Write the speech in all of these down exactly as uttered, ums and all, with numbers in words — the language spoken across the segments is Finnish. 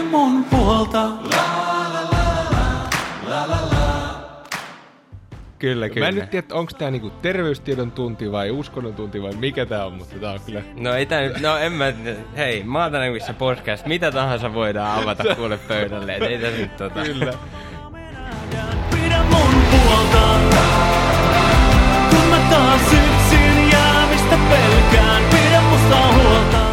mun puolta. La la la la la la la. Kyllä, kyllä. Mä en nyt tiedä, onko tää niinku terveystiedon tunti vai uskonnon tunti vai mikä tää on, mutta tää on kyllä... No ei tää nyt, no en mä, hei, Maatanäkyvissä podcast, mitä tahansa voidaan avata kuule pöydälle, et ei tässä nyt tota... Kyllä. Pidä mun puolta. Kun mä taas yksin jäämistä pelkään, pidä musta huolta.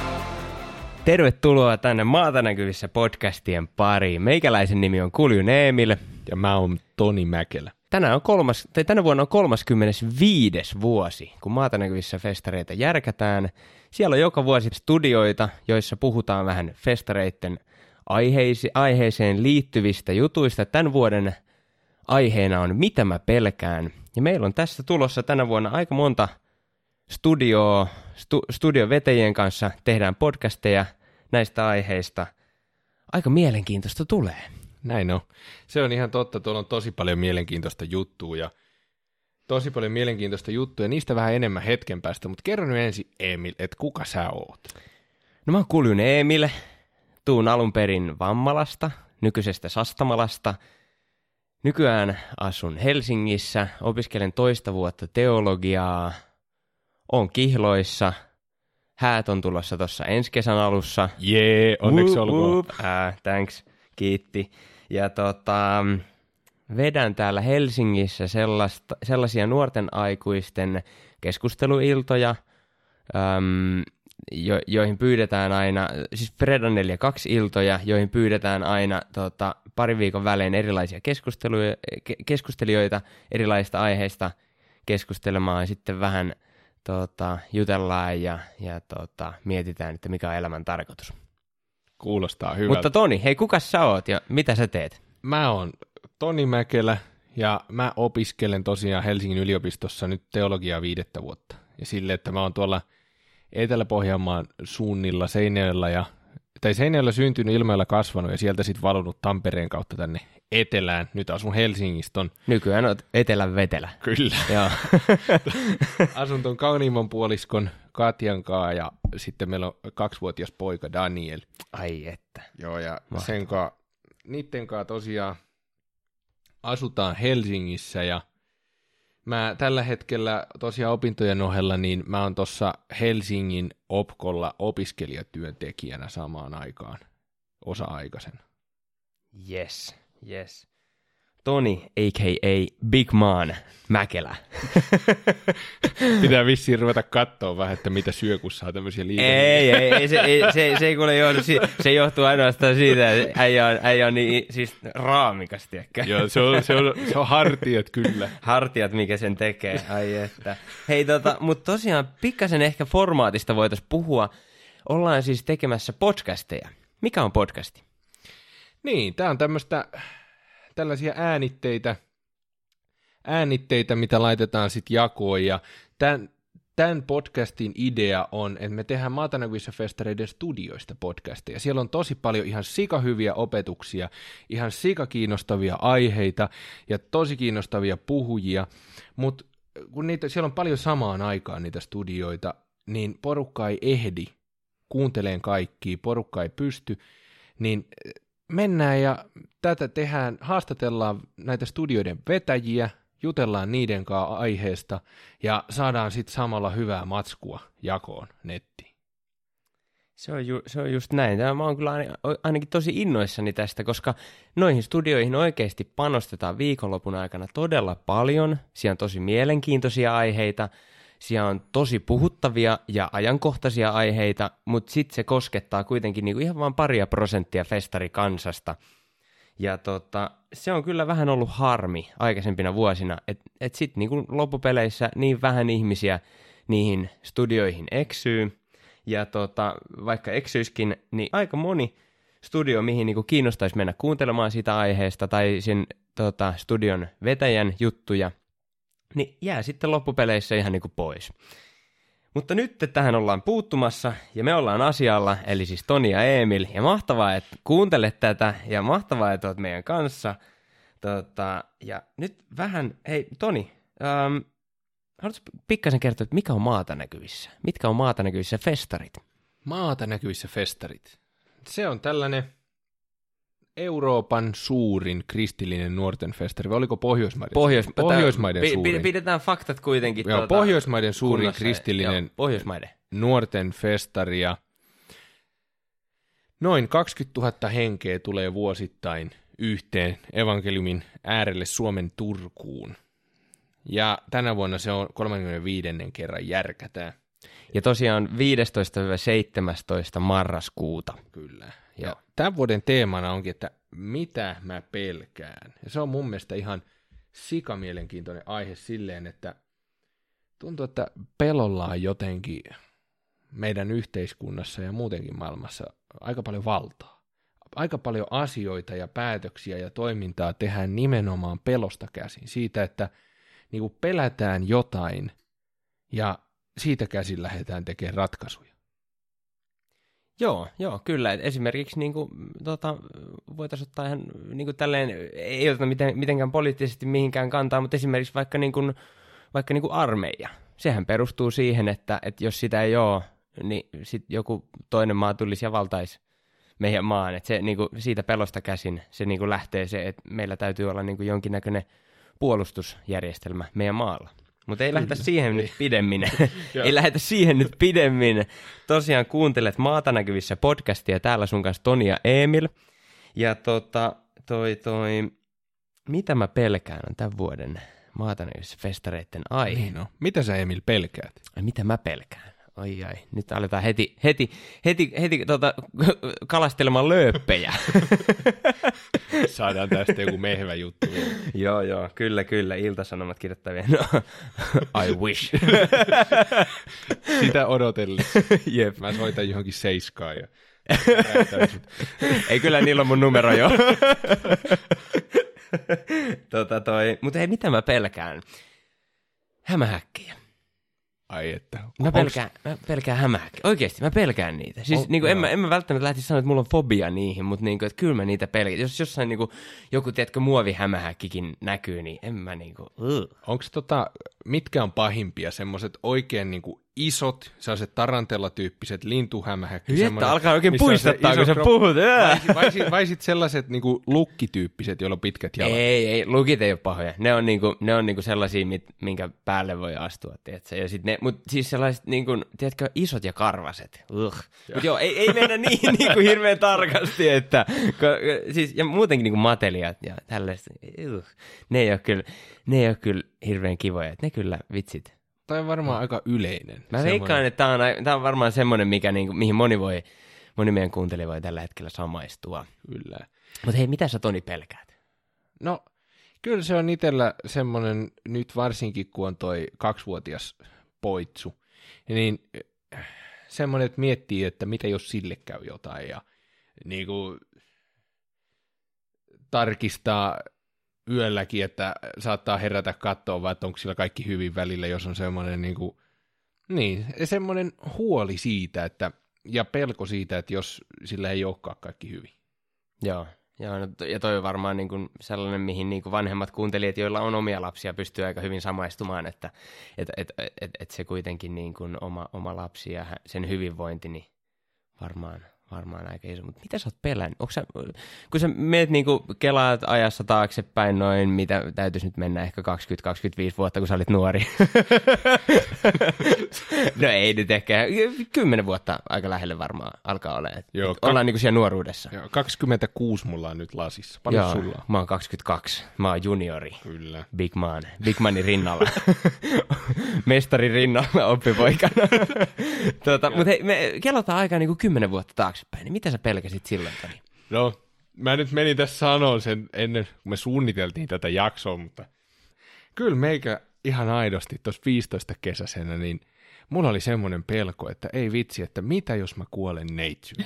Tervetuloa tänne Maatanäkyvissä podcastien pariin. Meikäläisen nimi on Kuljun Eemil. Ja mä oon Toni Mäkelä. Tänään on kolmas, tai tänä vuonna on kolmaskymmenesviides vuosi, kun Maatanäkyvissä festareita järkätään. Siellä on joka vuosi studioita, joissa puhutaan vähän festareiden aiheisi, aiheeseen liittyvistä jutuista. Tämän vuoden aiheena on Mitä mä pelkään. Ja meillä on tässä tulossa tänä vuonna aika monta studioa, stu, studiovetäjien kanssa tehdään podcasteja näistä aiheista. Aika mielenkiintoista tulee. Näin on. Se on ihan totta. Tuolla on tosi paljon mielenkiintoista juttua ja tosi paljon mielenkiintoista juttuja. Niistä vähän enemmän hetken päästä, mutta kerro nyt ensin, Emil, että kuka sä oot? No mä oon Kuljun Eemil. Tuun alun perin Vammalasta, nykyisestä Sastamalasta. Nykyään asun Helsingissä, opiskelen toista vuotta teologiaa. Oon Kihloissa. Häät on tulossa tuossa ensi kesän alussa. Jee, yeah, onneksi Woop, olkoon. woop. Äh, thanks, kiitti. Ja tota, vedän täällä Helsingissä sellaista, sellaisia nuorten aikuisten keskusteluiltoja, äm, jo, joihin pyydetään aina, siis Fredan neljä kaksi iltoja, joihin pyydetään aina tota, pari viikon välein erilaisia keskustelijoita erilaisista aiheista keskustelemaan ja sitten vähän tota, jutellaan ja, ja tota, mietitään, että mikä on elämän tarkoitus. Kuulostaa hyvältä. Mutta Toni, hei, kuka sä oot ja mitä sä teet? Mä oon Toni Mäkelä ja mä opiskelen tosiaan Helsingin yliopistossa nyt teologiaa viidettä vuotta. Ja sille, että mä oon tuolla Etelä-Pohjanmaan suunnilla Seinäjoella ja, tai Seinäjoella syntynyt, Ilmajoella kasvanut ja sieltä sitten valunut Tampereen kautta tänne etelään. Nyt asun Helsingistä. Nykyään oot etelän vetelä. Kyllä. Joo. Asun ton kauniimman puoliskon Katjan kaa ja sitten meillä on kaksivuotias poika Daniel. Ai että. Joo, ja Mahtavaa. sen kaa, niitten kaa tosiaan asutaan Helsingissä ja mä tällä hetkellä tosiaan opintojen ohella, niin mä oon tuossa Helsingin Opkolla opiskelijatyöntekijänä samaan aikaan, osa-aikaisen. Yes, yes. Toni, a k a. Big Man Mäkelä. Pitää vissiin ruveta katsoa vähän, että mitä syö, kun saa tämmöisiä liikennejä. ei, ei, ei, se, ei se, se ei kuule johdu, se johtuu ainoastaan siitä, että äijä on, äijä on niin siis raamikas, tiedäkö? Joo, se on, se, on, se on hartiat kyllä. Hartiat, mikä sen tekee, ai että. Hei tota, mutta tosiaan pikkasen ehkä formaatista voitaisiin puhua. Ollaan siis tekemässä podcasteja. Mikä on podcasti? Niin, tää on tämmöistä, tällaisia äänitteitä, äänitteitä, mitä laitetaan sitten jakoon, ja tämän, tämän podcastin idea on, että me tehdään Maatanäkyvissä festareiden studioista podcasteja. Siellä on tosi paljon ihan sikahyviä opetuksia, ihan sikakiinnostavia aiheita ja tosi kiinnostavia puhujia, mutta kun niitä, siellä on paljon samaan aikaan niitä studioita, niin porukka ei ehdi kuunteleen kaikkia, porukka ei pysty, niin mennään ja tätä tehdään, haastatellaan näitä studioiden vetäjiä, jutellaan niiden kanssa aiheesta ja saadaan sitten samalla hyvää matskua jakoon nettiin. Se on, ju, se on just näin. Tämä, mä oon kyllä ainakin tosi innoissani tästä, koska noihin studioihin oikeasti panostetaan viikonlopun aikana todella paljon. Siellä on tosi mielenkiintoisia aiheita, siellä on tosi puhuttavia ja ajankohtaisia aiheita, mutta sitten se koskettaa kuitenkin niinku ihan vain paria prosenttia festarikansasta. Ja tota, se on kyllä vähän ollut harmi aikaisempina vuosina, että et sitten niinku loppupeleissä niin vähän ihmisiä niihin studioihin eksyy. Ja tota, vaikka eksyiskin, niin aika moni studio, mihin niinku kiinnostaisi mennä kuuntelemaan sitä aiheesta tai sen tota, studion vetäjän juttuja, niin jää sitten loppupeleissä ihan niinku pois. Mutta nyt tähän ollaan puuttumassa ja me ollaan asialla, eli siis Toni ja Eemil. Ja mahtavaa, että kuuntelet tätä ja mahtavaa, että oot meidän kanssa. Tota, ja nyt vähän, hei Toni, ähm, haluatko pikkasen kertoa, että mikä on Maatanäkyvissä? Mitkä on Maatanäkyvissä festarit? Maatanäkyvissä festarit. Se on tällainen Euroopan suurin kristillinen nuorten festari, vai oliko Pohjoismaiden, Pohjois... Pohjoismaiden Pi- suurin? Pidetään faktat kuitenkin. Joo, tuota, Pohjoismaiden suurin kunnossa. kristillinen Joo, Pohjoismaiden. nuorten festari, ja noin kaksikymmentätuhatta henkeä tulee vuosittain yhteen evankeliumin äärelle Suomen Turkuun. Ja tänä vuonna se on kolmaskymmenesviides kerran järkätään. Ja tosiaan viidestoista seitsemästoista marraskuuta. Kyllä. Ja Joo. Tämän vuoden teemana onkin, että mitä mä pelkään. Ja se on mun mielestä ihan sikamielenkiintoinen aihe silleen, että tuntuu, että pelolla on jotenkin meidän yhteiskunnassa ja muutenkin maailmassa aika paljon valtaa. Aika paljon asioita ja päätöksiä ja toimintaa tehdään nimenomaan pelosta käsin. Siitä, että niin kuin pelätään jotain ja siitä käsin lähdetään tekemään ratkaisuja. Joo, joo, kyllä. Et esimerkiksi niin kuin, tota, voitaisiin ottaa ihan niin kuin tälleen, ei oteta miten, mitenkään poliittisesti mihinkään kantaa, mutta esimerkiksi vaikka, niin kuin, vaikka niin kuin armeija. Sehän perustuu siihen, että, että jos sitä ei ole, niin sitten joku toinen maa tulisi ja valtaisi meidän maan. Että se niin kuin, siitä pelosta käsin se niin kuin lähtee se, että meillä täytyy olla niin kuin jonkinnäköinen puolustusjärjestelmä meidän maalla. Mutta ei lähdetä siihen nyt pidemmin. ei lähdetä siihen nyt pidemmin. Tosiaan kuuntelet Maata näkyvissä podcastia täällä sun kanssa Toni ja Emil. Ja tota, toi, toi, mitä mä pelkään on tämän vuoden Maata näkyvissä festareitten aihe. Niin no. Mitä sä Emil pelkäät? Ai, mitä mä pelkään? Ai ai, nyt aletaan heti, heti, heti, heti tota, kalastelemaan lööppejä. Saadaan tästä joku mehvä juttu. Joo, joo, kyllä, kyllä. Ilta-Sanomat kirjoittavia. No. I wish. Sitä odotellessa. Jep. Mä soitan johonkin seiskaan. Ja... Ei, kyllä niillä on mun numero jo. tota toi. Mutta hei, mitä mä pelkään? Hämähäkkiä. Ai että. Mä pelkään, mä pelkään hämähäkkiä. Oikeesti, mä pelkään niitä. Siis on, niin kuin, en, mä, en mä välttämättä lähtisi sanoa, että mulla on fobia niihin, mutta niin kuin, että kyllä mä niitä pelkään. Jos jossain niin kuin, joku, tiedätkö, muovihämähäkkikin näkyy, niin en mä niin kuin, uh. Onko tota, mitkä on pahimpia, semmoiset oikein niin kuin isot, sellaiset tarantella-tyyppiset lintuhämähäkki? Että alkaa oikein puistattaa, kun sä krop... puhut. Vai, vai, sit, vai sit sellaiset niin kuin lukkityyppiset, joilla on pitkät jalat? Ei, ei, lukit ei ole pahoja. Ne on, niin kuin, ne on niin kuin sellaisia, mit, minkä päälle voi astua, tiedätkö? Ja sit ne, mut siis sellaiset, niin kuin, tiedätkö, isot ja karvaset. Uh. Mutta joo, ei, ei mennä niin, niin kuin hirveän tarkasti, että, ko, siis, ja muutenkin niin kuin matelijat ja tällaiset. Uh. Ne ei ole kyllä, ne ei ole kyllä hirveän kivoja. Ne kyllä vitsit. Tämä on varmaan no. aika yleinen. Mä veikkaan, että tämä on, tämä on varmaan semmoinen, mikä, niin kuin, mihin moni, voi, moni meidän kuuntelija voi tällä hetkellä samaistua. Kyllä. Mutta hei, mitä sä Toni pelkäät? No, kyllä se on itsellä semmoinen, nyt varsinkin kun on toi kaksivuotias poitsu, niin semmoinen, että miettii, että mitä jos sille käy jotain ja niin kuin tarkistaa yölläkin, että saattaa herätä katsoa, vaan että onko sillä kaikki hyvin välillä, jos on semmoinen niin kuin, niin, semmoinen huoli siitä, että, ja pelko siitä, että jos sillä ei olekaan kaikki hyvin. Joo, joo no, ja toi on varmaan niin kuin sellainen, mihin niin kuin vanhemmat kuuntelijat, joilla on omia lapsia, pystyy aika hyvin samaistumaan, että et, et, et, et, et se kuitenkin niin kuin oma, oma lapsi ja sen hyvinvointi, niin varmaan... Varmaan aika iso, mutta mitä sä oot pelännyt? Sä, kun sä meet niinku kelaat ajassa taaksepäin noin, mitä täytyisi nyt mennä ehkä kaksikymmentä kaksikymmentäviisi vuotta, kun sä olit nuori. No ei nyt ehkä, kymmenen vuotta aika lähelle varmaan alkaa olemaan. Joo, ollaan kak- niinku siellä nuoruudessa. Joo, kaksikymmentäkuusi mulla on nyt lasissa. Paljon joo, sulla on? Mä oon kaksikymmentäkaksi. Mä oon juniori. Kyllä. Big man. Big manin rinnalla. Mestari rinnalla oppipoikana. tuota, mutta hei, me kelataan aikaa niinku kymmenen vuotta taakse. Niin mitä sä pelkäsit silloin, Toni? No, mä nyt menin tässä sanoa sen ennen, kun me suunniteltiin tätä jaksoa, mutta kyllä meikä ihan aidosti tuossa viisitoista kesäisenä, niin mulla oli semmoinen pelko, että ei vitsi, että mitä jos mä kuolen neitsyyn?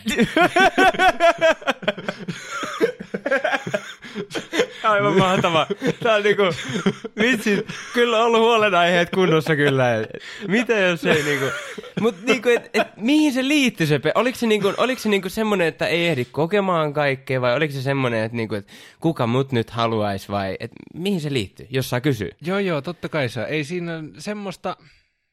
Aivan mahtava. Tää on niinku, vitsi, kyllä on ollut huolenaiheet kunnossa kyllä. Mitä jos ei niinku, mut niinku, et, et, mihin se liittyy se, oliko se niinku, oliko se niinku semmonen, että ei ehdi kokemaan kaikkea, vai oliko se semmonen, että niinku, et kuka mut nyt haluaisi, vai et, mihin se liittyy, jos saa kysyä? Joo, joo, totta kai sä, ei siinä semmoista,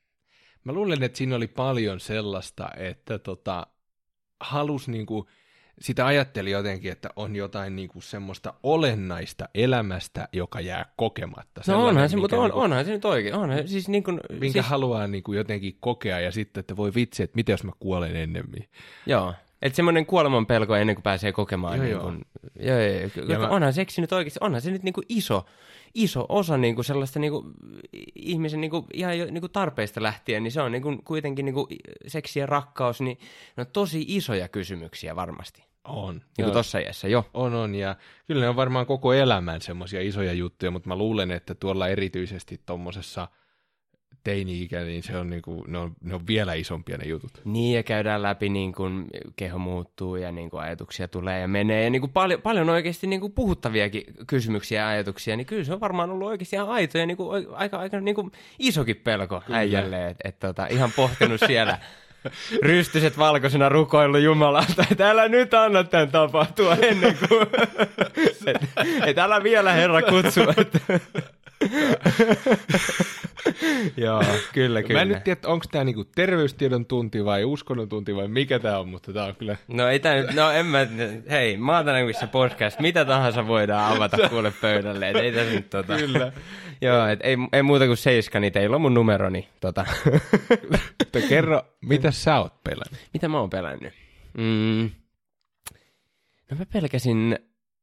mä luulen, että siinä oli paljon sellaista, että tota, halus niinku sitä ajattelin jotenkin, että on jotain niinku semmoista olennaista elämästä, joka jää kokematta. No onhan se, mutta on, niinku, onhan se nyt oikein. Onhan, siis niin kuin, minkä siis... haluaa niinku jotenkin kokea ja sitten, että voi vitsi, että mitä jos mä kuolen ennemmin. Joo, että semmoinen kuoleman pelko ennen kuin pääsee kokemaan. Joo, niin joo. kuin, joo, joo, joo. Koska mä... onhan seksi nyt oikeasti, onhan se nyt niin kuin iso, iso osa niin kuin sellaista niin kuin, ihmisen niin kuin, ihan jo, niin kuin tarpeista lähtien, niin se on niin kuin, kuitenkin niin kuin, seksi ja rakkaus, niin ne on tosi isoja kysymyksiä varmasti. On. Niin kuin tossa iässä, jo. On, on, ja kyllä ne on varmaan koko elämän semmoisia isoja juttuja, mutta mä luulen, että tuolla erityisesti tuommoisessa teini-ikä, niin se on niinku, ne, on, ne on vielä isompia ne jutut. Niin, ja käydään läpi, niin kuin keho muuttuu ja niin kuin ajatuksia tulee ja menee. Ja niin kuin paljon, paljon oikeasti niin kuin puhuttaviakin kysymyksiä ja ajatuksia, niin kyllä se on varmaan ollut oikeasti ihan aito ja niin kuin, aika, aika niin kuin isokin pelko äijälle. Että et, tota, ihan pohtinut siellä rystyset valkoisena rukoillut Jumalalta, että älä nyt anna tämän tapahtua ennen kuin... että et älä vielä Herra kutsu. Että... Joo, kyllä, kyllä. Mä en nyt tiedä, onko tämä niinku terveystiedon tunti vai uskonnon tunti vai mikä tämä on, mutta tämä on kyllä... No ei tää nyt, no en mä, hei, Maatanäkyvissä podcast, mitä tahansa voidaan avata kuule pöydälle, et ei tässä nyt tota... Kyllä. Joo, et ei, ei muuta kuin seiska, niin teillä on mun numeroni, tota... Mutta kerro, mitä sä oot pelannut? Mitä mä oon pelännyt? Mm. No mä pelkäsin,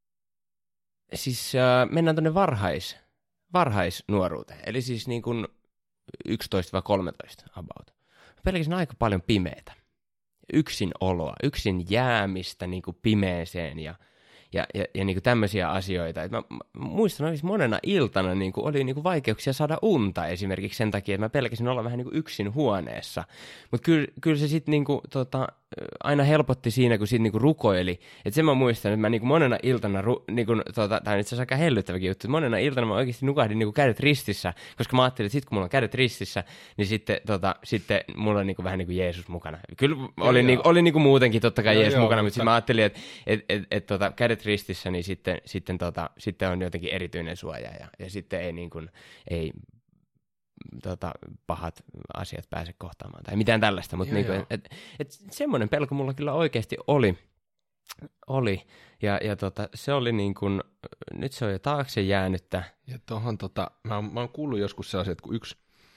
siis äh, mennään tonne varhais, varhaisnuoruuteen, eli siis niin kuin yksitoista kolmetoista about. Mä pelkäsin aika paljon pimeätä, yksin oloa, yksin jäämistä niin kuin pimeeseen ja Ja, ja, ja niin kuin tämmöisiä asioita. Et mä, mä muistan, että monena iltana niin kuin oli niin kuin vaikeuksia saada unta esimerkiksi sen takia, että mä pelkäsin olla vähän niin kuin yksin huoneessa. Mutta kyllä, kyllä se sitten niin kuin, tota, aina helpotti siinä, kun sitten niin kuin rukoili. Että sen mä muistan, että mä niin kuin monena iltana, ru, niin kuin, tota, tämä on itse asiassa aika hellyttäväkin juttu, että monena iltana mä oikeasti nukahdin niin kuin kädet ristissä, koska mä ajattelin, että sitten kun mulla on kädet ristissä, niin sitten, tota, sitten mulla on niin kuin vähän niin kuin Jeesus mukana. Kyllä oli, niin, oli niin kuin muutenkin totta kai joo, Jeesus joo, mukana, mutta sitten mä ajattelin, että et, et, et, tota, kädet ristissä, niin sitten, sitten, tota, sitten on jotenkin erityinen suoja ja, ja sitten ei, niin kuin, ei tota, pahat asiat pääse kohtaamaan tai mitään tällaista, mutta niin kuin, et, et, semmoinen pelko mulla kyllä oikeasti oli, oli. ja, ja tota, se oli niin kuin, nyt se on jo taakse jäänyttä. Ja tohon tota, mä oon, mä oon kuullut joskus sellaiset, että kun yksi,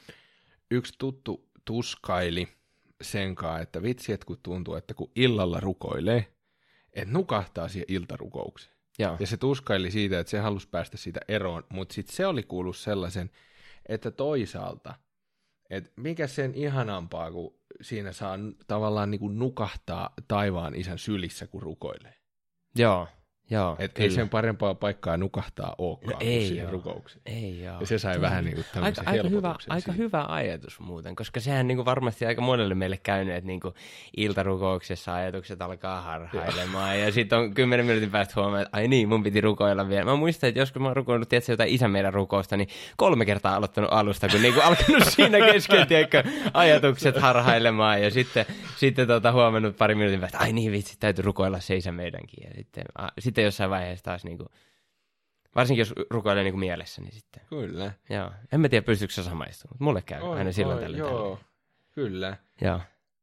yksi tuttu tuskaili senkaan, että vitsi, että kun tuntuu, että kun illalla rukoilee, että nukahtaa siihen iltarukoukseen. Joo. Ja se tuskaili siitä, että se halusi päästä siitä eroon, mutta sitten se oli kuullut sellaisen, että toisaalta, että mikä sen ihanampaa, kun siinä saa tavallaan niin kuin nukahtaa taivaan isän sylissä, kun rukoilee. Joo, joo. Että ei sen parempaa paikkaa nukahtaa olekaan no, kuin ei siihen joo. rukoukseen. Ei joo. Ja se sai Tuo. vähän niin kuin tämmöisen aika, aika hyvä, helpotuksen aika hyvä ajatus muuten, koska sehän niin kuin varmasti aika monelle meille käynyt, että niin kuin iltarukouksessa ajatukset alkaa harhailemaan ja sitten on kymmenen minuutin päästä huomaa, että ai niin, mun piti rukoilla vielä. Mä muistan, että joskus mä oon rukoillut, tietysti jotain isän meidän rukousta, niin kolme kertaa aloittanut alusta, kun niin kuin alkanut siinä kesken, tiedätkö, ajatukset harhailemaan ja sitten, sitten tota, huomannut pari minuutin päästä, ai niin vitsi, täytyy rukoilla se isä meidänkin. Ja sitten, a, sitten jossain vaiheessa taas niin kuin, varsinkin jos rukoilee niin kuin mielessä, niin sitten. Kyllä. Joo. En mä tiedä, pystyykö se samaistumaan, mutta mulle käy oi, aina silloin oi, tällä joo. tällä. Kyllä. Joo.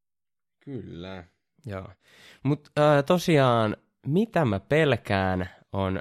Kyllä. Joo. Mutta äh, tosiaan, mitä mä pelkään, on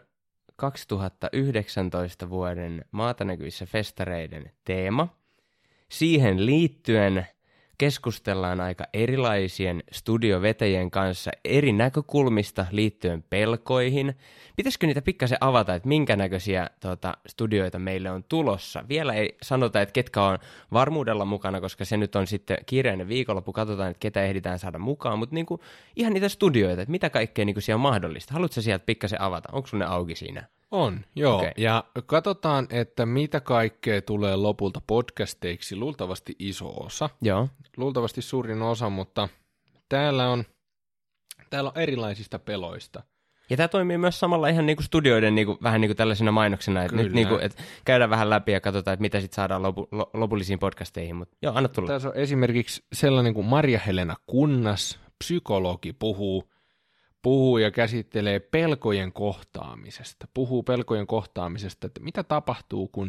kaksituhattayhdeksäntoista vuoden Maatanäkyvissä festareiden teema. Siihen liittyen keskustellaan aika erilaisien studiovetäjien kanssa eri näkökulmista liittyen pelkoihin. Pitäisikö niitä pikkasen avata, että minkä näköisiä tota, studioita meille on tulossa? Vielä ei sanota, että ketkä on varmuudella mukana, koska se nyt on sitten kiireinen viikonloppu. Katsotaan, että ketä ehditään saada mukaan, mutta niinku, ihan niitä studioita, että mitä kaikkea niinku siellä on mahdollista. Haluatko sieltä pikkasen avata? Onko sun ne auki siinä? On, joo. Okay. Ja katsotaan, että mitä kaikkea tulee lopulta podcasteiksi. Luultavasti iso osa. Joo. Luultavasti suurin osa, mutta täällä on, täällä on erilaisista peloista. Ja tämä toimii myös samalla ihan niinku studioiden niinku, vähän niinku tällaisena mainoksena, että nyt niinku, et käydään vähän läpi ja katsotaan, että mitä sitten saadaan lopu, lo, lopullisiin podcasteihin. Mutta joo, anna tulla. Tässä on esimerkiksi sellainen kuin Marja-Helena Kunnas, psykologi, puhuu puhuu ja käsittelee pelkojen kohtaamisesta. Puhuu pelkojen kohtaamisesta, että mitä tapahtuu, kun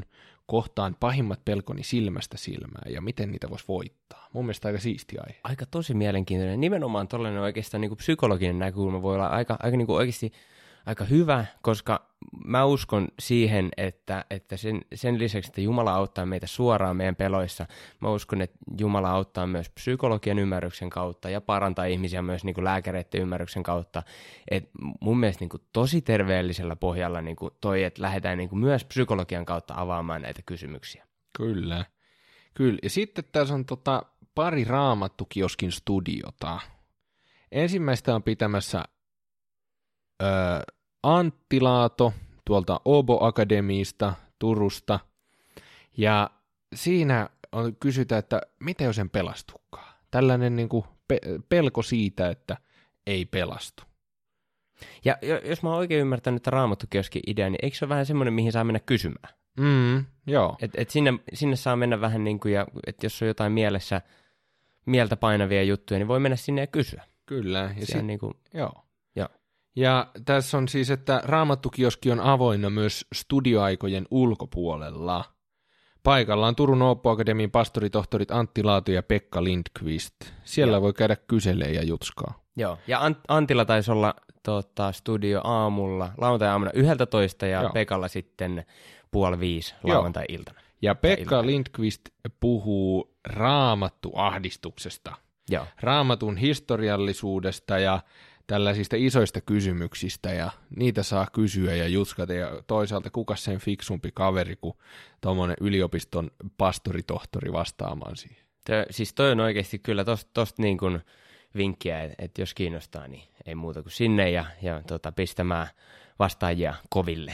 kohtaan pahimmat pelkoni silmästä silmään ja miten niitä voisi voittaa. Mun mielestä aika siisti aihe. Aika tosi mielenkiintoinen. Nimenomaan tollainen oikeastaan niin kuin psykologinen näkökulma voi olla aika, aika niin kuin oikeasti aika hyvä, koska mä uskon siihen, että, että sen, sen lisäksi, että Jumala auttaa meitä suoraan meidän peloissa, mä uskon, että Jumala auttaa myös psykologian ymmärryksen kautta ja parantaa ihmisiä myös niin kuin lääkäreiden ymmärryksen kautta. Et mun mielestä niin kuin tosi terveellisellä pohjalla niin kuin toi, että lähdetään niin kuin myös psykologian kautta avaamaan näitä kysymyksiä. Kyllä. Kyllä. Ja sitten tässä on tota pari Raamattukioskin studiota. Ensimmäistä on pitämässä öö, Antti Laato tuolta Obo Akademiista Turusta, ja siinä on kysytään, että mitä jos en pelastukaan? Tällainen niin kuin pe- pelko siitä, että ei pelastu. Ja jos mä oon oikein ymmärtänyt tämän Raamattukioskin idean, niin eikö se ole vähän semmoinen, mihin saa mennä kysymään? Mm, joo. Et, et sinne, sinne saa mennä vähän niin kuin, ja, että jos on jotain mielessä, mieltä painavia juttuja, niin voi mennä sinne ja kysyä. Kyllä. Ja sit, niin kuin, joo. joo. Ja tässä on siis, että Raamattukioski on avoinna myös studioaikojen ulkopuolella. Paikalla on Turun Ooppo Akademiin pastoritohtorit Antti Laato ja Pekka Lindqvist. Siellä joo. voi käydä kyselee ja jutskaa. Joo, ja Ant- Antilla taisi olla tota, studio aamulla, lauantai-aamuna yhdeltätoista ja joo. Pekalla sitten puoli viisi lauantai-iltana. Ja Pekka Lindqvist puhuu raamattuahdistuksesta, joo. raamatun historiallisuudesta ja tällaisista isoista kysymyksistä, ja niitä saa kysyä ja jutskata, ja toisaalta kuka sen fiksumpi kaveri kuin tuommoinen yliopiston pastoritohtori vastaamaan siihen. Tö, siis toi on oikeasti kyllä tosta, tosta niin kuin vinkkiä, että et jos kiinnostaa, niin ei muuta kuin sinne ja, ja tota, pistämään vastaajia koville.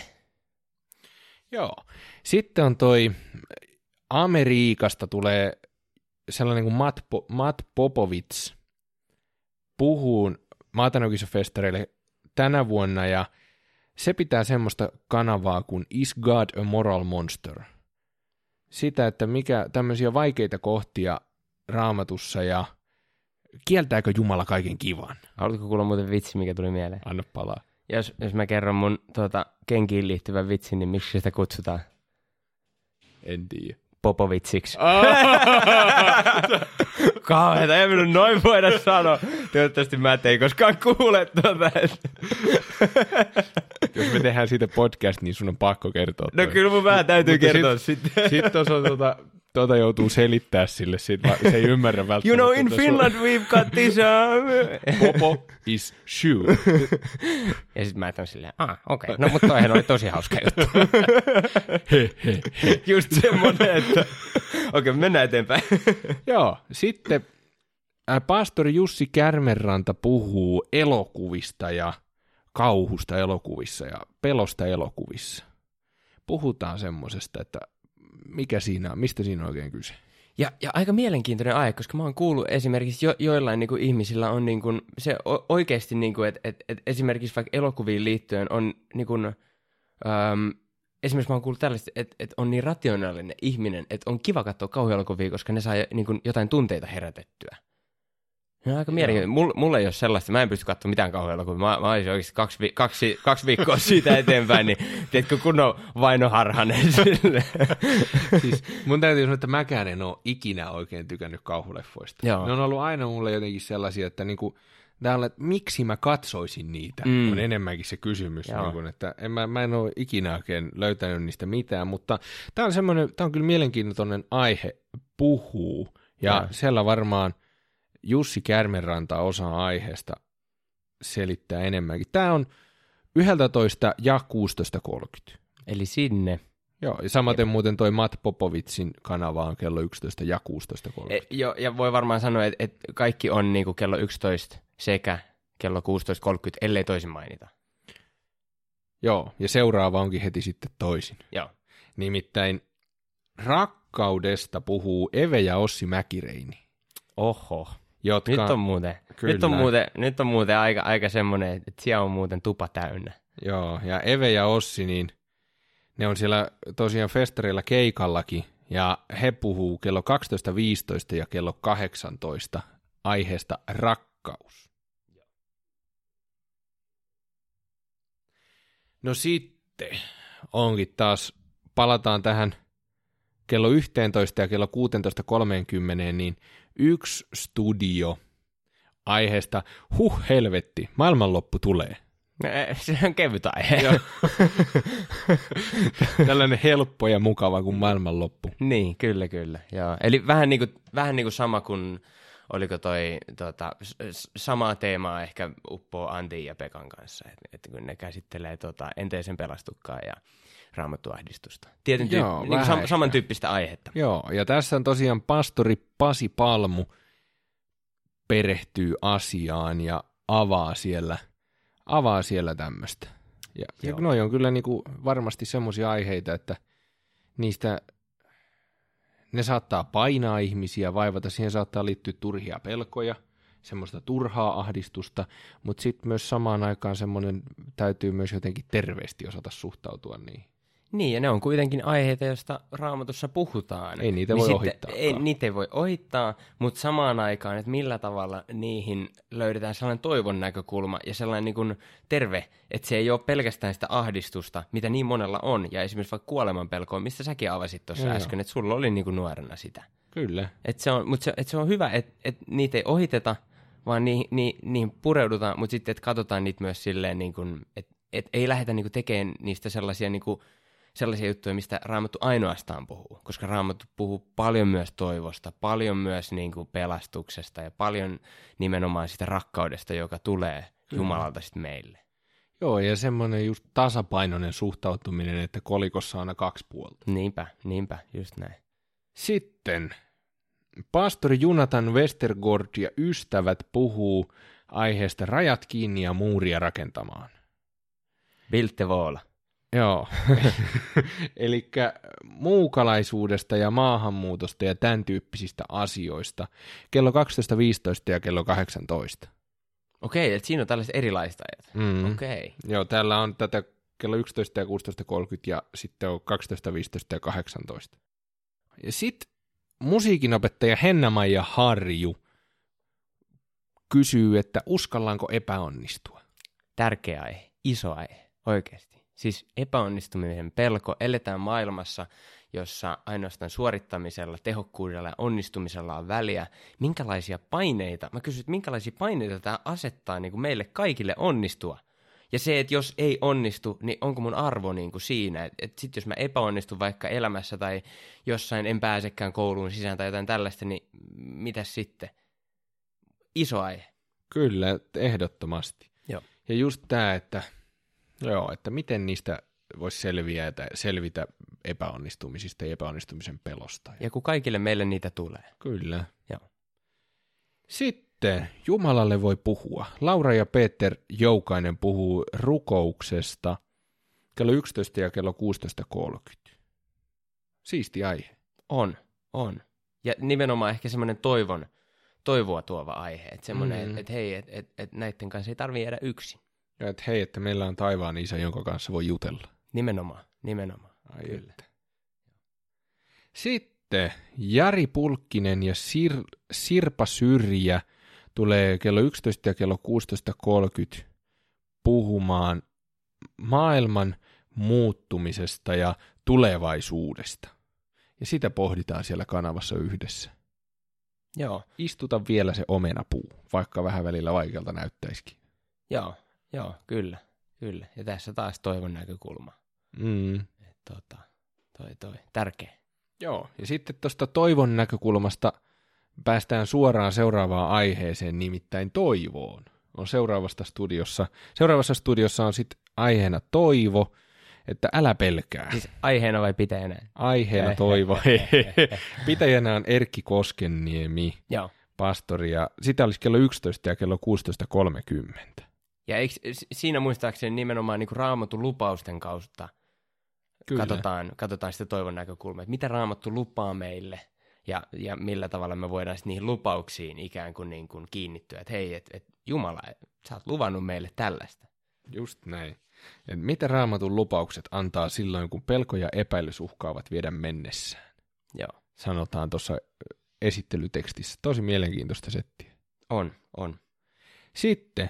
Joo. Sitten on toi Amerikasta tulee sellainen kuin Matt, po- Matt Popovits puhuu Maatanokissa-festareille tänä vuonna, ja se pitää semmoista kanavaa kuin Is God a Moral Monster? Sitä, että mikä tämmöisiä vaikeita kohtia Raamatussa ja kieltääkö Jumala kaiken kivan? Haluatko kuulla muuten vitsi, mikä tuli mieleen? Anna palaa. Jos, jos mä kerron mun tuota, kenkiin liittyvän vitsin, niin miksi sitä kutsutaan? En tiedä. Popovitsiksi. Kauheeta, ei minun noin voida sanoa. Toivottavasti mä ei koskaan kuule tuota. Jos me tehdään siitä podcast, niin sun on pakko kertoa. No toi. Kyllä mun vähän täytyy Mutta kertoa sit, sitten. Sitten tuossa on tuota, tuota joutuu selittää sille, sit, se ei ymmärrä välttämättä. You know, in Finland we've got this... Uh... Popo is shoe. Ja sitten mä tämän silleen, ah, okei. Okay. No, mutta toihan oli tosi hauska juttu. he, he, he. Just semmoinen, että... Okei, okay, mennään eteenpäin. Joo, sitten ää, pastori Jussi Kärmenranta puhuu elokuvista ja kauhusta elokuvissa ja pelosta elokuvissa. Puhutaan semmosesta, että mikä siinä on, mistä siinä on oikein kyse. Ja, ja aika mielenkiintoinen aihe, koska mä oon kuullut esimerkiksi jo, joillain niin kuin ihmisillä on niin kuin, se oikeasti, niin kuin, että et, et esimerkiksi vaikka elokuviin liittyen on niin kuin, äm, esimerkiksi mä oon kuullut tällaista, että et on niin rationaalinen ihminen, että on kiva katsoa kauhuelokuvia, koska ne saa niin kuin, jotain tunteita herätettyä. No, aika mielenkiintoinen. Mulla, mulla ei ole sellaista, mä en pysty katsomaan mitään kauhuelokuvia. Mä, mä olisin oikeasti kaksi, vi- kaksi, kaksi viikkoa siitä eteenpäin, niin tiedätkö, kun on vainoharhanen. Siis mun täytyy sanoa, että mäkään en ole ikinä oikein tykännyt kauhuleffoista. Joo. Ne on ollut aina mulle jotenkin sellaisia, että niinku, täällä, että miksi mä katsoisin niitä, mm. on enemmänkin se kysymys. Niin kuin, että en, mä, mä en ole ikinä oikein löytänyt niistä mitään, mutta tää on semmoinen, tää on kyllä mielenkiintoinen aihe puhuu, ja ja siellä varmaan Jussi Kärmenranta osaa aiheesta selittää enemmänkin. Tämä on yksitoista ja kuusitoista kolmekymmentä. Eli sinne. Joo, ja samaten Jep. muuten toi Matt Popovitsin kanava on kello yksitoista ja kuusitoista kolmekymmentä. E, jo, ja voi varmaan sanoa, että, että kaikki on niinku kello yksitoista sekä kello kuusitoista kolmekymmentä, ellei toisin mainita. Joo, ja seuraava onkin heti sitten toisin. Joo. Nimittäin rakkaudesta puhuu Eve ja Ossi Mäkireini. Oho. Jotka, nyt on muuten, nyt on muuten, nyt on muuten aika, aika semmoinen, että siellä on muuten tupa täynnä. Joo, ja Eve ja Ossi, niin ne on siellä tosiaan festareilla keikallakin, ja he puhuu kello kaksitoista viisitoista ja kello kahdeksantoista aiheesta rakkaus. No sitten onkin taas, palataan tähän kello yksitoista ja kello kuusitoista kolmekymmentä, niin yksi studio aiheesta, huh helvetti, maailmanloppu tulee. Se on kevyt aihe. Tällainen helppo ja mukava kuin maailmanloppu. Niin, kyllä, kyllä. Joo. Eli vähän niin kuin, vähän niin kuin sama kuin, oliko toi tota, samaa teemaa ehkä uppoo Antin ja Pekan kanssa, että et kun ne käsittelee tota, enteisen pelastukkaa ja raamattuahdistusta. Tietyn tyyppi, Joo, niin sam- samantyyppistä aihetta. Joo, ja tässä on tosiaan pastori Pasi Palmu perehtyy asiaan ja avaa siellä, avaa siellä tämmöistä. Ja, ja noi on kyllä niinku varmasti semmoisia aiheita, että niistä ne saattaa painaa ihmisiä, vaivata, siihen saattaa liittyä turhia pelkoja, semmoista turhaa ahdistusta, mutta sitten myös samaan aikaan semmoinen täytyy myös jotenkin terveesti osata suhtautua niihin. Niin, ja ne on kuitenkin aiheita, joista Raamatussa puhutaan. Ei niitä niin voi sitten, ohittaa. Ei, niitä ei voi ohittaa, mutta samaan aikaan, että millä tavalla niihin löydetään sellainen toivon näkökulma ja sellainen niin kuin terve, että se ei ole pelkästään sitä ahdistusta, mitä niin monella on, ja esimerkiksi vaikka kuolemanpelkoa, mistä säkin avasit tuossa äsken, että sulla oli niin kuin nuorena sitä. Kyllä. Et se on, mutta se, et se on hyvä, että et niitä ei ohiteta, vaan niihin, ni, niihin pureudutaan, mutta sitten, että katsotaan niitä myös silleen, niin että et ei lähdetä niin kuin tekemään niistä sellaisia niin kuin sellaisia juttuja, mistä Raamattu ainoastaan puhuu, koska Raamattu puhuu paljon myös toivosta, paljon myös niin kuin pelastuksesta ja paljon nimenomaan sitä rakkaudesta, joka tulee Jumalalta sitten meille. Joo, ja semmoinen just tasapainoinen suhtautuminen, että kolikossa on aina kaksi puolta. Niinpä, niinpä, just näin. Sitten pastori Jonathan Westergaard ja ystävät puhuu aiheesta rajat kiinni ja muuria rakentamaan. Bilte Voola. Joo, eli muukalaisuudesta ja maahanmuutosta ja tämän tyyppisistä asioista kello kaksitoista viisitoista ja kello kahdeksantoista. Okei, että siinä on tällaiset erilaiset ajat. Mm. Okei. Joo, täällä on tätä kello yksitoista ja kuusitoista kolmekymmentä ja sitten on kaksitoista viisitoista ja kahdeksantoista. Ja sitten musiikinopettaja Henna-Maija Harju kysyy, että uskallaanko epäonnistua? Tärkeä aihe, iso aihe, oikeasti. Siis epäonnistumisen pelko, eletään maailmassa, jossa ainoastaan suorittamisella, tehokkuudella ja onnistumisella on väliä. Minkälaisia paineita, mä kysyn, että minkälaisia paineita tämä asettaa niin kuin meille kaikille onnistua? Ja se, että jos ei onnistu, niin onko mun arvo niin kuin siinä? Että et sitten jos mä epäonnistun vaikka elämässä tai jossain en pääsekään kouluun sisään tai jotain tällaista, niin mitäs sitten? Iso aihe. Kyllä, ehdottomasti. Joo. Ja just tämä, että Joo, että miten niistä voisi selviä, selvitä epäonnistumisista ja epäonnistumisen pelosta. Ja kun kaikille meille niitä tulee. Kyllä. Joo. Sitten Jumalalle voi puhua. Laura ja Peter Joukainen puhuu rukouksesta kello yksitoista ja kello kuusitoista kolmekymmentä. Siisti aihe. On, on. Ja nimenomaan ehkä semmoinen toivon, toivoa tuova aihe. Että semmoinen, mm. että et, hei, että et, et näiden kanssa ei tarvitse jäädä yksin. Ja että hei, että meillä on taivaan isä, jonka kanssa voi jutella. Nimenomaan, nimenomaan. Ai Kyllä. Että. Sitten Jari Pulkkinen ja Sir- Sirpa Syrjä tulee kello yksitoista ja kello kuusitoista kolmekymmentä puhumaan maailman muuttumisesta ja tulevaisuudesta. Ja sitä pohditaan siellä kanavassa yhdessä. Joo. Istuta vielä se omenapuu, vaikka vähän välillä vaikealta näyttäisikin. Joo. Joo, kyllä, kyllä. Ja tässä taas toivon näkökulma. Mm. Et, tota, toi, toi, tärkeä. Joo, ja sitten tuosta toivon näkökulmasta päästään suoraan seuraavaan aiheeseen, nimittäin toivoon. On seuraavasta studiossa, seuraavassa studiossa on sitten aiheena toivo, että älä pelkää. Siis aiheena vai pitäjänä? Aiheena toivo. Pitäjänä on Erkki Koskenniemi, Joo. pastori, ja sitä olisi kello yksitoista ja kello kuusitoista kolmekymmentä. Ja eikö, siinä muistaakseni nimenomaan niin kuin Raamatun lupausten kautta katsotaan, katsotaan sitä toivon näkökulmaa, että mitä Raamattu lupaa meille ja, ja millä tavalla me voidaan niihin lupauksiin ikään kuin, niin kuin kiinnittyä, että hei, et, et Jumala, et, sä oot luvannut meille tällaista. Just näin. Et mitä Raamatun lupaukset antaa silloin, kun pelko ja epäilys uhkaavat viedä mennessään? Joo. Sanotaan tuossa esittelytekstissä. Tosi mielenkiintoista settiä. On, on. Sitten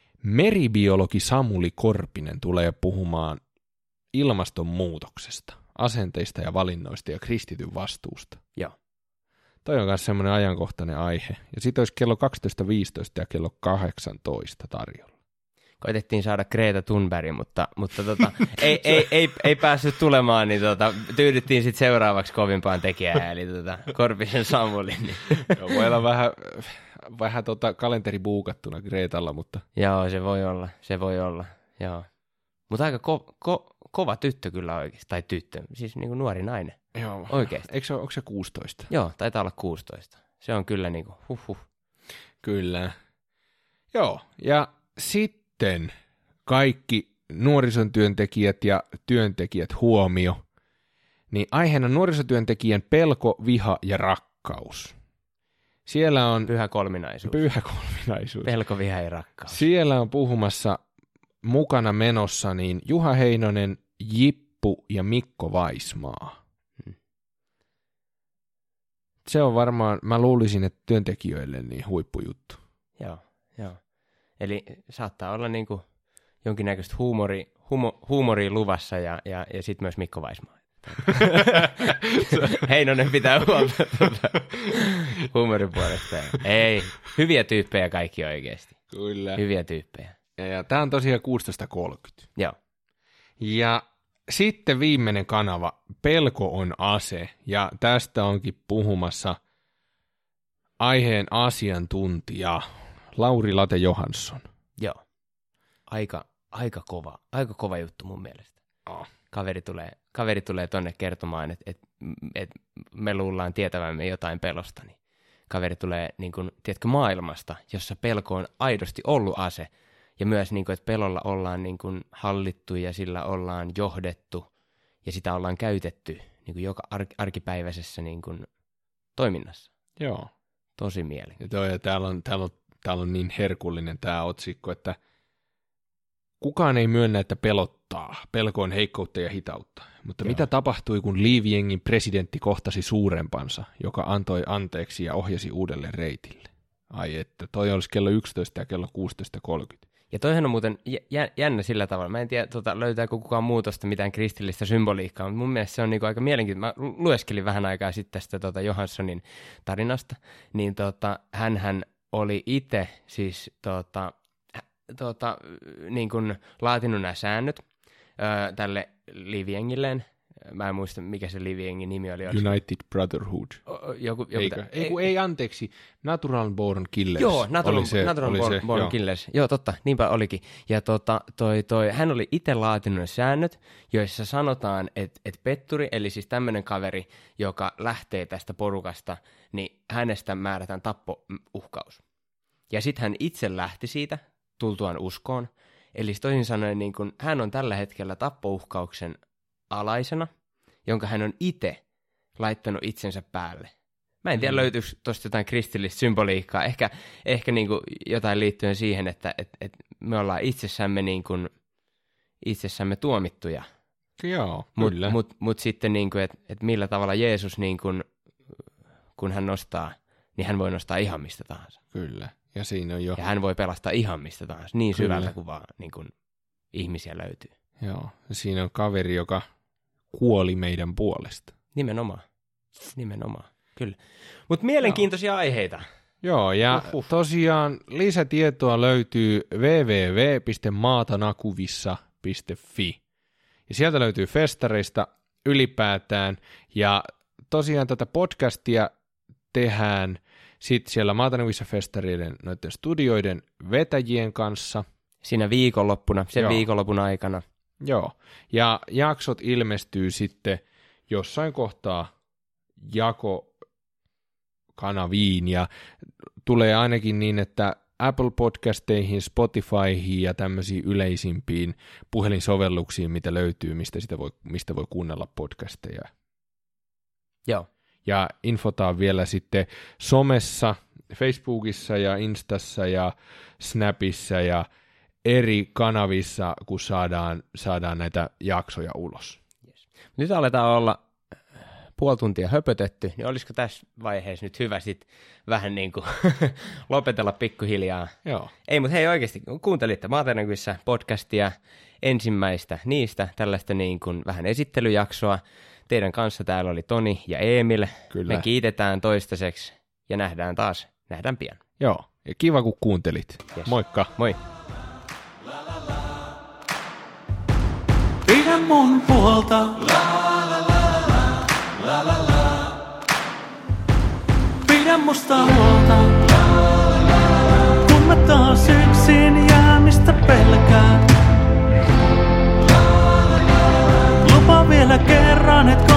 meribiologi Samuli Korpinen tulee puhumaan ilmastonmuutoksesta. asenteista ja valinnoista ja kristityn vastuusta. Joo. Toi on myös semmoinen ajankohtainen aihe. Ja sitten olisi kello kaksitoista viisitoista ja kello kahdeksantoista tarjolla. Koitettiin saada Greta Thunberg, mutta, mutta tota, ei, ei, ei, ei päässyt tulemaan, niin tota, tyydyttiin sitten seuraavaksi kovimpaan tekijään, eli tota, Korpisen Samulin. Niin. Joo, voi olla vähän, vähän tota kalenteri buukattuna Gretalla, mutta... Joo, se voi olla, se voi olla, joo. Mutta aika ko, ko, kova tyttö kyllä oikeasti, tai tyttö, siis niinku nuori nainen, Joo. oikeasti. Eikö se, onko se kuusitoista? Joo, taitaa olla kuusitoista. Se on kyllä niinku huh huh. Kyllä. Joo, ja sitten kaikki nuorison työntekijät ja työntekijät huomio, niin aiheena nuorisotyöntekijän pelko, viha ja rakkaus. Siellä on Pyhä kolminaisuus. pyhä kolminaisuus. Pelko, viha ja rakkaus. Siellä on puhumassa mukana menossa niin Juha Heinonen, Jippu ja Mikko Vaismaa. Hmm. Se on varmaan, mä luulisin, että työntekijöille niin huippujuttu. Joo, joo. Eli saattaa olla niinku jonkinnäköistä huumori, humo, huumoria luvassa ja, ja, ja sitten myös Mikko Vaismaa. Heinonen pitää huolta tuota huumorin puolesta. Ei, hyviä tyyppejä kaikki oikeasti. Kyllä. Hyviä tyyppejä. Ja, ja tämä on tosiaan kuusitoista kolmekymmentä. Joo. Ja sitten viimeinen kanava, pelko on ase. Ja tästä onkin puhumassa aiheen asiantuntija Lauri Late Johansson. Joo. Aika, aika kova, aika kova juttu mun mielestä. Oh. Kaveri tulee, kaveri tulee tonne kertomaan, että et, et me luullaan tietävämme jotain pelosta, niin kaveri tulee, niin kun, tiedätkö, maailmasta, jossa pelko on aidosti ollut ase, ja myös, niin kun, että pelolla ollaan niin kun, hallittu ja sillä ollaan johdettu, ja sitä ollaan käytetty niin kun, joka ar- arkipäiväisessä niin kun, toiminnassa. Joo. Tosi mielenkiintoista. Ja, toi, ja täällä, on, täällä, on, täällä on niin herkullinen tämä otsikko, että kukaan ei myönnä, että pelottaa. Pelko on heikkoutta ja hitautta. Mutta Joo. mitä tapahtui, kun Leave-jengin presidentti kohtasi suurempansa, joka antoi anteeksi ja ohjasi uudelle reitille? Ai että, toi olisi kello yksitoista ja kello kuusitoista kolmekymmentä. Ja toihan on muuten jä, jännä sillä tavalla. Mä en tiedä, tota, löytääkö kukaan muutosta mitään kristillistä symboliikkaa, mutta mun mielestä se on niinku aika mielenkiintoista. Mä lueskelin vähän aikaa sitten tästä tota Johanssonin tarinasta, niin tota, hänhän oli itse siis tota, tota, niin kuin laatinut nämä säännöt öö, tälle Leave-jengilleen. Mä en muista, mikä se Leave-jengin nimi oli. United Brotherhood. O, joku, joku Eikö? Ei, ei, ei, anteeksi. Natural Born Killers. Joo, Natural, oli se, natural oli Born, se, Born joo. Killers. Joo, totta, niinpä olikin. Ja tota, toi, toi, hän oli itse laatinut ne säännöt, joissa sanotaan, että et petturi, eli siis tämmöinen kaveri, joka lähtee tästä porukasta, niin hänestä määrätään tappouhkaus. Ja sitten hän itse lähti siitä, tultuaan uskoon. Eli toisin sanoen, niin kun hän on tällä hetkellä tappouhkauksen alaisena, jonka hän on itse laittanut itsensä päälle. Mä en tiedä, mm. löytyykö tuosta jotain kristillistä symboliikkaa. Ehkä, ehkä niin kuin jotain liittyen siihen, että et, et me ollaan itsessämme, niin kuin, itsessämme tuomittuja. Joo, Mut, kyllä. mut, mut sitten, niin kuin, että et millä tavalla Jeesus, niin kuin, kun hän nostaa, niin hän voi nostaa ihan mistä tahansa. Kyllä. Ja siinä on jo. Ja hän voi pelastaa ihan mistä tahansa, niin Kyllä. syvältä kuin vaan niin kuin ihmisiä löytyy. Joo. Ja siinä on kaveri, joka kuoli meidän puolesta. Nimenomaan. Nimenomaan. Kyllä. Mutta mielenkiintoisia Joo. aiheita. Joo, ja Uhuh. tosiaan lisätietoa löytyy double-u double-u double-u piste maatanakuvissa piste fi. Ja sieltä löytyy festareista ylipäätään. Ja tosiaan tätä podcastia tehdään sitten siellä Maatanakuvissa festareiden noiden studioiden vetäjien kanssa. Siinä viikonloppuna, sen Joo. viikonlopun aikana. Joo, ja jaksot ilmestyy sitten jossain kohtaa jakokanaviin ja tulee ainakin niin, että Apple Podcasteihin, Spotifyhin ja tämmöisiin yleisimpiin puhelinsovelluksiin, mitä löytyy, mistä, sitä voi, mistä voi kuunnella podcasteja. Joo. Ja infotaan vielä sitten somessa, Facebookissa ja Instassa ja Snapissa ja eri kanavissa, kun saadaan, saadaan näitä jaksoja ulos. Yes. Nyt aletaan olla puoli tuntia höpötetty, niin olisiko tässä vaiheessa nyt hyvä sitten vähän niin kuin lopetella pikkuhiljaa? Joo. Ei, mutta hei oikeasti, kuuntelitte Maatanakuvissa podcastia, ensimmäistä niistä, tällaista niin kuin vähän esittelyjaksoa. Teidän kanssa täällä oli Toni ja Emil. Kyllä. Me kiitetään toistaiseksi ja nähdään taas. Nähdään pian. Joo, ja kiva kun kuuntelit. Yes. Moikka. Moi. Pidä mun puolta. La la la la la la la. Pidä musta huolta. La la la. Kun mä taas yksin jäämistä pelkään. La la la. Lupa vielä kerran, et